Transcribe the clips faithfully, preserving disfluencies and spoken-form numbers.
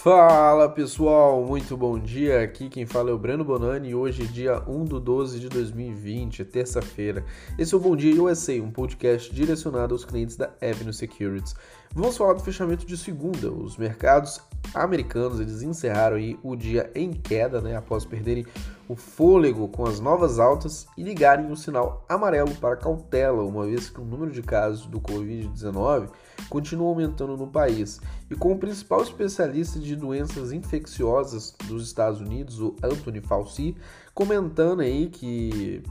Fala pessoal, muito bom dia, aqui quem fala é o Breno Bonani e hoje é dia um de doze de dois mil e vinte, terça-feira. Esse é o Bom Dia U S A, um podcast direcionado aos clientes da Avenue Securities. Vamos falar do fechamento de segunda. Os mercados americanos eles encerraram aí o dia em queda, né, após perderem o fôlego com as novas altas e ligarem o sinal amarelo para cautela, uma vez que o número de casos do covid dezenove continua aumentando no país. E com o principal especialista de doenças infecciosas dos Estados Unidos, o Anthony Fauci, comentando aí que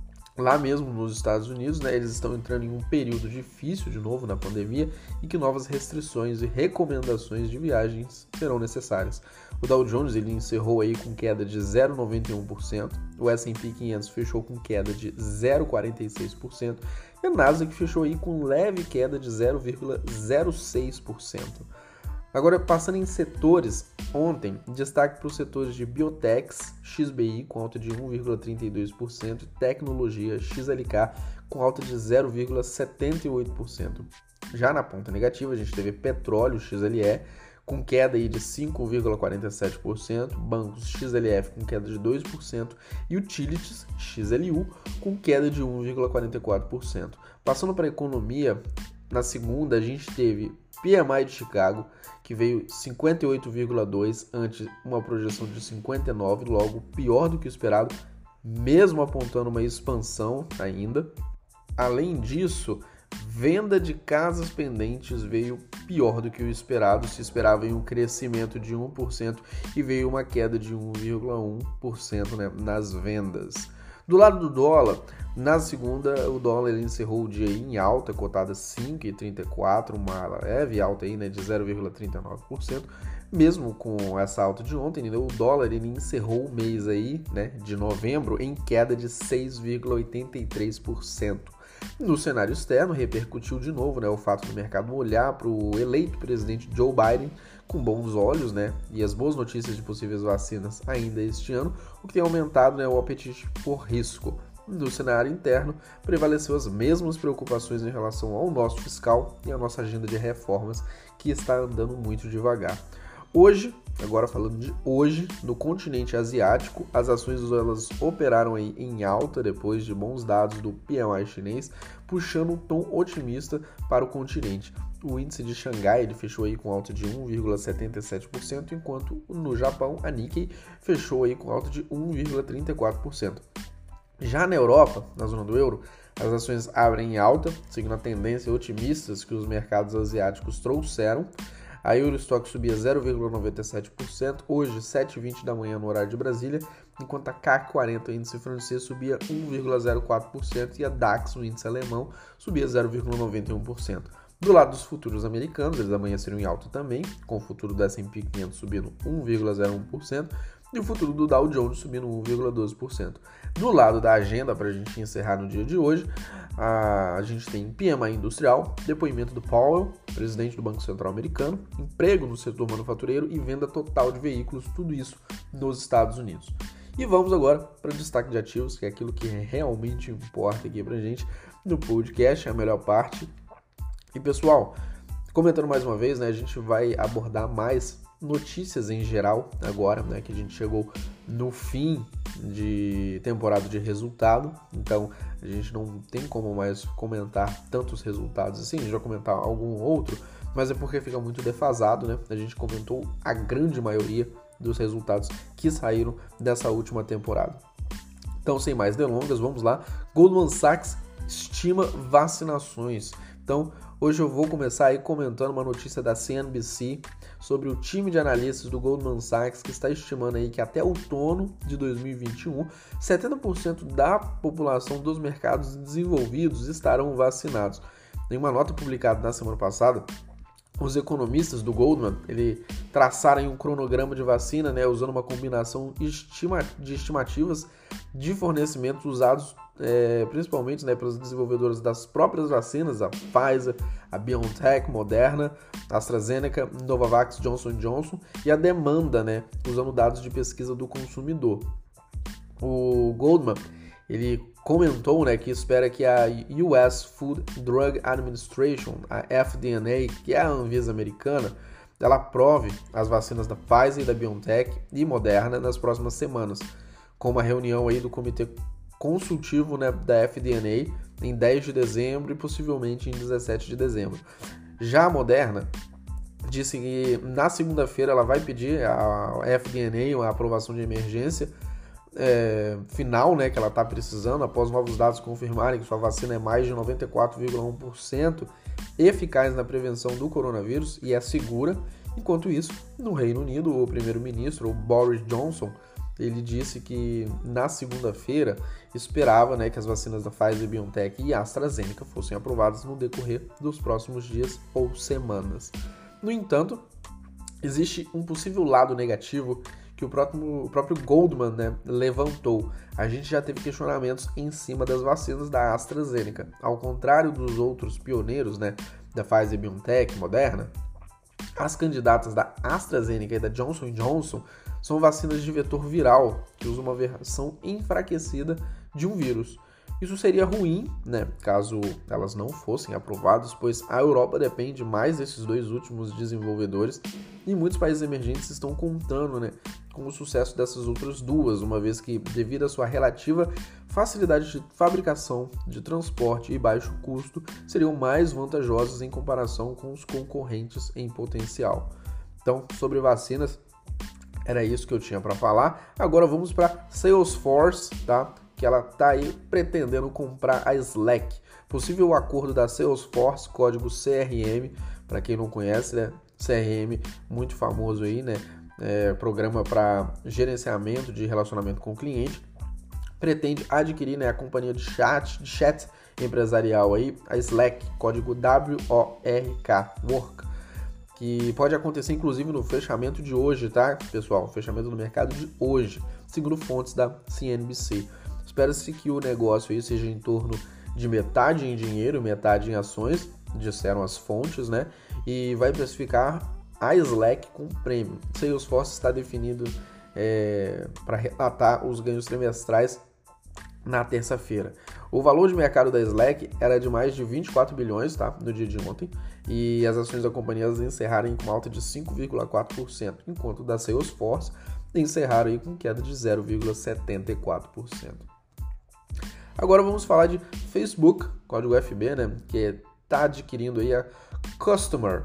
lá mesmo nos Estados Unidos, né, eles estão entrando em um período difícil de novo na pandemia e que novas restrições e recomendações de viagens serão necessárias. O Dow Jones ele encerrou aí com queda de zero vírgula noventa e um por cento, o S and P quinhentos fechou com queda de zero vírgula quarenta e seis por cento e a Nasdaq fechou aí com leve queda de zero vírgula zero seis por cento. Agora, passando em setores, ontem, destaque para os setores de Biotechs, X B I com alta de um vírgula trinta e dois por cento e Tecnologia, X L K, com alta de zero vírgula setenta e oito por cento. Já na ponta negativa, a gente teve Petróleo, X L E, com queda aí de cinco vírgula quarenta e sete por cento, Bancos X L F com queda de dois por cento e Utilities, X L U, com queda de um vírgula quarenta e quatro por cento. Passando para a economia, na segunda a gente teve P M I de Chicago, que veio cinquenta e oito vírgula dois ante uma projeção de cinquenta e nove, logo pior do que o esperado, mesmo apontando uma expansão ainda. Além disso, venda de casas pendentes veio pior do que o esperado, se esperava em um crescimento de um por cento e veio uma queda de um vírgula um por cento, né, nas vendas. Do lado do dólar, na segunda, o dólar ele encerrou o dia em alta, cotada cinco vírgula trinta e quatro, uma leve alta aí, né, de zero vírgula trinta e nove por cento. Mesmo com essa alta de ontem, né, o dólar ele encerrou o mês aí, né, de novembro em queda de seis vírgula oitenta e três por cento. No cenário externo, repercutiu de novo, né, o fato do mercado olhar para o eleito presidente Joe Biden com bons olhos, né, e as boas notícias de possíveis vacinas ainda este ano, o que tem aumentado, né, o apetite por risco. No cenário interno, prevaleceu as mesmas preocupações em relação ao nosso fiscal e à nossa agenda de reformas, que está andando muito devagar. Hoje, agora falando de hoje, no continente asiático, as ações elas operaram aí em alta depois de bons dados do P M I chinês, puxando um tom otimista para o continente. O índice de Xangai ele fechou aí com alta de um vírgula setenta e sete por cento, enquanto no Japão a Nikkei fechou aí com alta de um vírgula trinta e quatro por cento. Já na Europa, na zona do euro, as ações abrem em alta, seguindo a tendência otimista que os mercados asiáticos trouxeram. A Eurostock subia zero vírgula noventa e sete por cento, hoje sete e vinte da manhã no horário de Brasília, enquanto a C A C quarenta, o índice francês, subia um vírgula zero quatro por cento e a DAX, o índice alemão, subia zero vírgula noventa e um por cento. Do lado dos futuros americanos, eles amanheceram em alta também, com o futuro do S and P quinhentos subindo um vírgula zero um por cento e o futuro do Dow Jones subindo um vírgula doze por cento. Do lado da agenda, para a gente encerrar no dia de hoje, a, a gente tem P M I industrial, depoimento do Powell, presidente do Banco Central americano, emprego no setor manufatureiro e venda total de veículos, tudo isso nos Estados Unidos. E vamos agora para o destaque de ativos, que é aquilo que realmente importa aqui para a gente no podcast, é a melhor parte. E pessoal, comentando mais uma vez, né, a gente vai abordar mais notícias em geral agora, né, que a gente chegou no fim de temporada de resultado, então a gente não tem como mais comentar tantos resultados assim, a gente vai comentar algum outro, mas é porque fica muito defasado, né, a gente comentou a grande maioria dos resultados que saíram dessa última temporada. Então, sem mais delongas, vamos lá. Goldman Sachs estima vacinações. Então, hoje eu vou começar aí comentando uma notícia da C N B C sobre o time de analistas do Goldman Sachs, que está estimando aí que até outono de dois mil e vinte e um, setenta por cento da população dos mercados desenvolvidos estarão vacinados. Em uma nota publicada na semana passada, os economistas do Goldman, ele traçaram um cronograma de vacina, né, usando uma combinação estima- de estimativas de fornecimentos usados é, principalmente, né, pelas desenvolvedoras das próprias vacinas, a Pfizer, a BioNTech, Moderna, AstraZeneca, Novavax, Johnson and Johnson, e a demanda, né, usando dados de pesquisa do consumidor. O Goldman, ele comentou, né, que espera que a U S Food Drug Administration, a F D A, que é a Anvisa americana, ela aprove as vacinas da Pfizer, da BioNTech e Moderna nas próximas semanas, com uma reunião aí do Comitê Consultivo, né, da F D A em dez de dezembro e possivelmente em dezessete de dezembro. Já a Moderna disse que na segunda-feira ela vai pedir a F D A a aprovação de emergência é, final, né, que ela está precisando, após novos dados confirmarem que sua vacina é mais de noventa e quatro vírgula um por cento eficaz na prevenção do coronavírus e é segura. Enquanto isso, no Reino Unido, o primeiro-ministro, o Boris Johnson, ele disse que na segunda-feira esperava, né, que as vacinas da Pfizer, BioNTech e AstraZeneca fossem aprovadas no decorrer dos próximos dias ou semanas. No entanto, existe um possível lado negativo que o próprio, o próprio Goldman, né, levantou. A gente já teve questionamentos em cima das vacinas da AstraZeneca. Ao contrário dos outros pioneiros, né, da Pfizer, BioNTech, Moderna, as candidatas da AstraZeneca e da Johnson and Johnson são vacinas de vetor viral, que usam uma versão enfraquecida de um vírus. Isso seria ruim, né, caso elas não fossem aprovadas, pois a Europa depende mais desses dois últimos desenvolvedores e muitos países emergentes estão contando, né, com o sucesso dessas outras duas, uma vez que, devido à sua relativa facilidade de fabricação, de transporte e baixo custo, seriam mais vantajosas em comparação com os concorrentes em potencial. Então, sobre vacinas, era isso que eu tinha para falar. Agora vamos para Salesforce, tá? Que ela está aí pretendendo comprar a Slack. Possível acordo da Salesforce, código C R M, para quem não conhece, né? C R M, muito famoso aí, né? É, programa para gerenciamento de relacionamento com o cliente. Pretende adquirir, né, a companhia de chat, de chat empresarial aí, a Slack, código W O R K, Work, que pode acontecer inclusive no fechamento de hoje, tá, pessoal? Fechamento do mercado de hoje, segundo fontes da C N B C. Espera-se que o negócio aí seja em torno de metade em dinheiro, metade em ações, disseram as fontes, né? E vai precificar a Slack com prêmio. Salesforce está definido é, para relatar os ganhos trimestrais na terça-feira. O valor de mercado da Slack era de mais de vinte e quatro bilhões, tá, no dia de ontem, e as ações da companhia encerraram com alta de cinco vírgula quatro por cento, enquanto da Salesforce encerraram aí com queda de zero vírgula setenta e quatro por cento. Agora vamos falar de Facebook, código F B, né, que está adquirindo aí a Customer.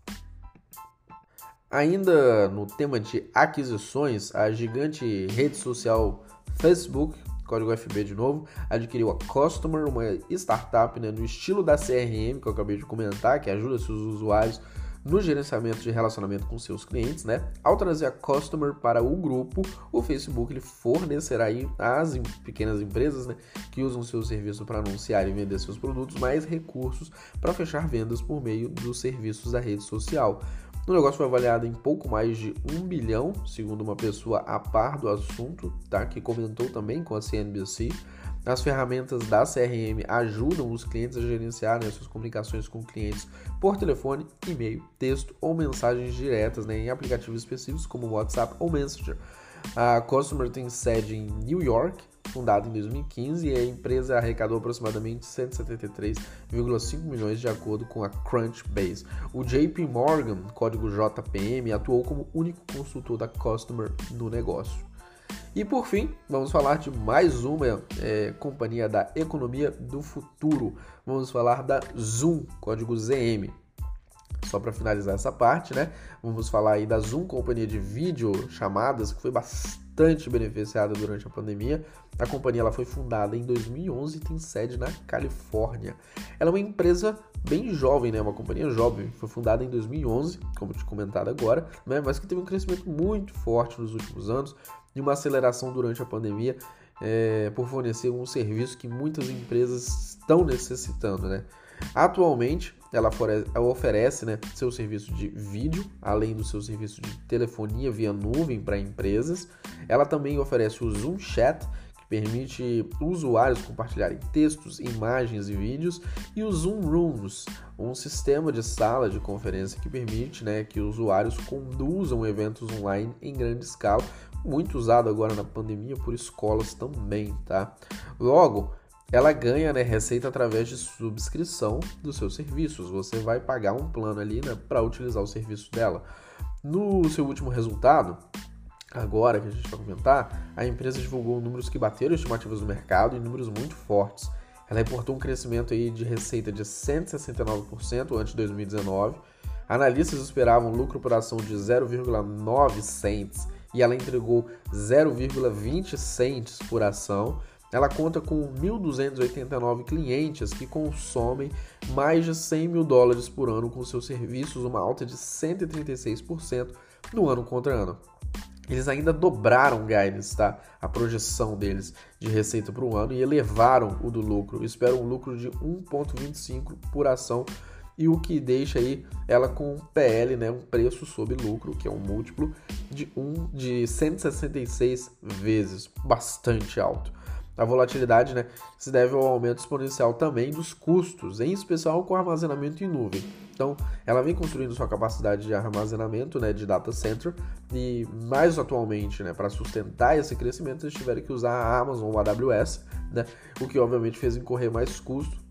Ainda no tema de aquisições, a gigante rede social Facebook, código F B de novo, adquiriu a Customer, uma startup, né, no estilo da C R M, que eu acabei de comentar, que ajuda seus usuários no gerenciamento de relacionamento com seus clientes, né? Ao trazer a Customer para o grupo, o Facebook ele fornecerá aí às pequenas empresas, né, que usam seu serviço para anunciar e vender seus produtos mais recursos para fechar vendas por meio dos serviços da rede social. O negócio foi avaliado em pouco mais de um bilhão, segundo uma pessoa a par do assunto, tá? Que comentou também com a C N B C. As ferramentas da C R M ajudam os clientes a gerenciarem as suas comunicações com clientes por telefone, e-mail, texto ou mensagens diretas, né, em aplicativos específicos como WhatsApp ou Messenger. A Customer tem sede em New York, fundada em dois mil e quinze, e a empresa arrecadou aproximadamente cento e setenta e três vírgula cinco milhões de acordo com a Crunchbase. O J P Morgan, código J P M, atuou como único consultor da Customer no negócio. E por fim, vamos falar de mais uma é, companhia da economia do futuro. Vamos falar da Zoom, código Z M. Só para finalizar essa parte, né? Vamos falar aí da Zoom, companhia de vídeo chamadas, que foi bastante beneficiada durante a pandemia. A companhia ela foi fundada em dois mil e onze e tem sede na Califórnia. Ela é uma empresa bem jovem, né? Uma companhia jovem. Foi fundada em dois mil e onze, como eu te comentado agora, né? Mas que teve um crescimento muito forte nos últimos anos e uma aceleração durante a pandemia é, por fornecer um serviço que muitas empresas estão necessitando, né? Atualmente, ela oferece, né, seu serviço de vídeo, além do seu serviço de telefonia via nuvem para empresas. Ela também oferece o Zoom Chat, que permite usuários compartilharem textos, imagens e vídeos, e o Zoom Rooms, um sistema de sala de conferência que permite, né, que usuários conduzam eventos online em grande escala, muito usado agora na pandemia por escolas também, tá? Logo, ela ganha, né, receita através de subscrição dos seus serviços. Você vai pagar um plano ali, né, para utilizar o serviço dela. No seu último resultado, agora que a gente vai comentar, a empresa divulgou números que bateram estimativas do mercado e números muito fortes. Ela reportou um crescimento aí de receita de cento e sessenta e nove por cento antes de dois mil e dezenove. Analistas esperavam um lucro por ação de zero vírgula nove cents e ela entregou zero vírgula vinte cents por ação. Ela conta com mil duzentos e oitenta e nove clientes que consomem mais de cem mil dólares por ano com seus serviços, uma alta de cento e trinta e seis por cento no ano contra ano. Eles ainda dobraram o guidance, tá? A projeção deles de receita para o ano e elevaram o do lucro. Esperam um lucro de um vírgula vinte e cinco por ação, e o que deixa aí ela com um P L, né, um preço sobre lucro, que é um múltiplo de, um, de cento e sessenta e seis vezes, bastante alto. A volatilidade, né, se deve ao aumento exponencial também dos custos, em especial com armazenamento em nuvem. Então, ela vem construindo sua capacidade de armazenamento, né, de data center, e mais atualmente, né, para sustentar esse crescimento, eles tiveram que usar a Amazon ou a AWS, né, o que obviamente fez incorrer mais custos.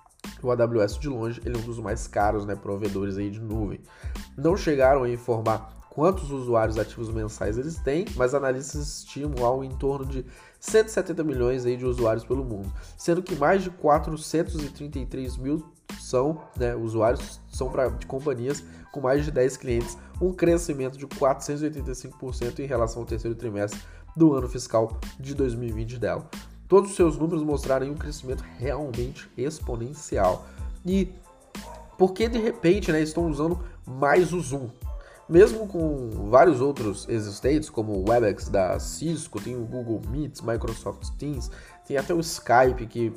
O A W S, de longe, ele é um dos mais caros, né, provedores aí de nuvem. Não chegaram a informar quantos usuários ativos mensais eles têm, mas analistas estimam ao em torno de cento e setenta milhões aí de usuários pelo mundo, sendo que mais de quatrocentos e trinta e três mil são, né, usuários são pra, de companhias com mais de dez clientes, um crescimento de quatrocentos e oitenta e cinco por cento em relação ao terceiro trimestre do ano fiscal de dois mil e vinte dela. Todos os seus números mostraram um crescimento realmente exponencial. E por que de repente, né, estão usando mais o Zoom? Mesmo com vários outros existentes, como o Webex da Cisco, tem o Google Meet, Microsoft Teams, tem até o Skype que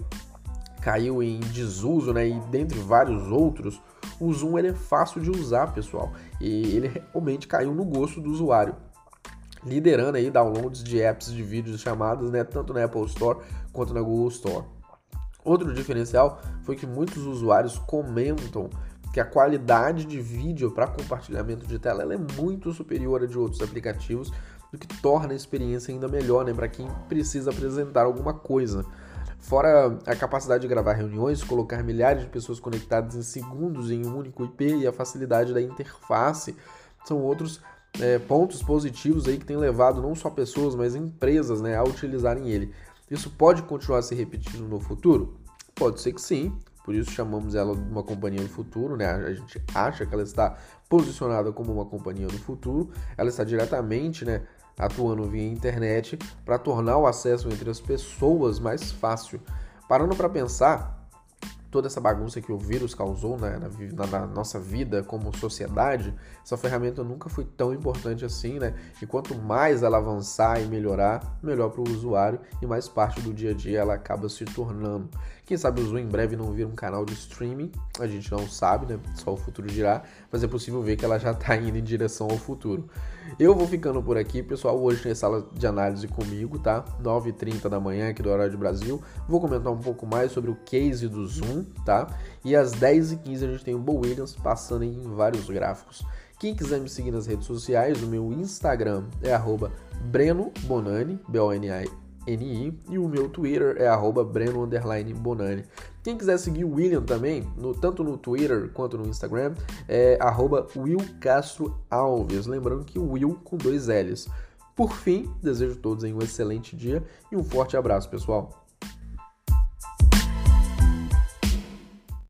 caiu em desuso, né, e dentre vários outros, o Zoom ele é fácil de usar, pessoal, e ele realmente caiu no gosto do usuário, liderando aí downloads de apps de vídeos chamadas, né, tanto na Apple Store quanto na Google Store. Outro diferencial foi que muitos usuários comentam que a qualidade de vídeo para compartilhamento de tela ela é muito superior à de outros aplicativos, o que torna a experiência ainda melhor, né, para quem precisa apresentar alguma coisa. Fora a capacidade de gravar reuniões, colocar milhares de pessoas conectadas em segundos em um único I P e a facilidade da interface, são outros É, pontos positivos aí que tem levado não só pessoas, mas empresas, né, a utilizarem ele. Isso pode continuar se repetindo no futuro? Pode ser que sim, por isso chamamos ela de uma companhia do futuro, né? A gente acha que ela está posicionada como uma companhia do futuro, ela está diretamente, né, atuando via internet para tornar o acesso entre as pessoas mais fácil. Parando para pensar, toda essa bagunça que o vírus causou, né, na, na nossa vida como sociedade, essa ferramenta nunca foi tão importante assim, né? E quanto mais ela avançar e melhorar, melhor para o usuário e mais parte do dia a dia ela acaba se tornando. Quem sabe o Zoom em breve não vira um canal de streaming, a gente não sabe, né? Só o futuro dirá, mas é possível ver que ela já está indo em direção ao futuro. Eu vou ficando por aqui, pessoal. Hoje tem sala de análise comigo, tá? nove e trinta da manhã aqui do horário do Brasil. Vou comentar um pouco mais sobre o case do Zoom, tá? E às dez e quinze a gente tem o Bo Williams passando em vários gráficos. Quem quiser me seguir nas redes sociais, o meu Instagram é arroba Breno Bonani, B O N A N I, e o meu Twitter é arroba Breno underline Bonani. Quem quiser seguir o William também, no, tanto no Twitter quanto no Instagram, é arroba Will Castro Alves. Lembrando que o Will com dois L's. Por fim, desejo a todos um excelente dia e um forte abraço, pessoal.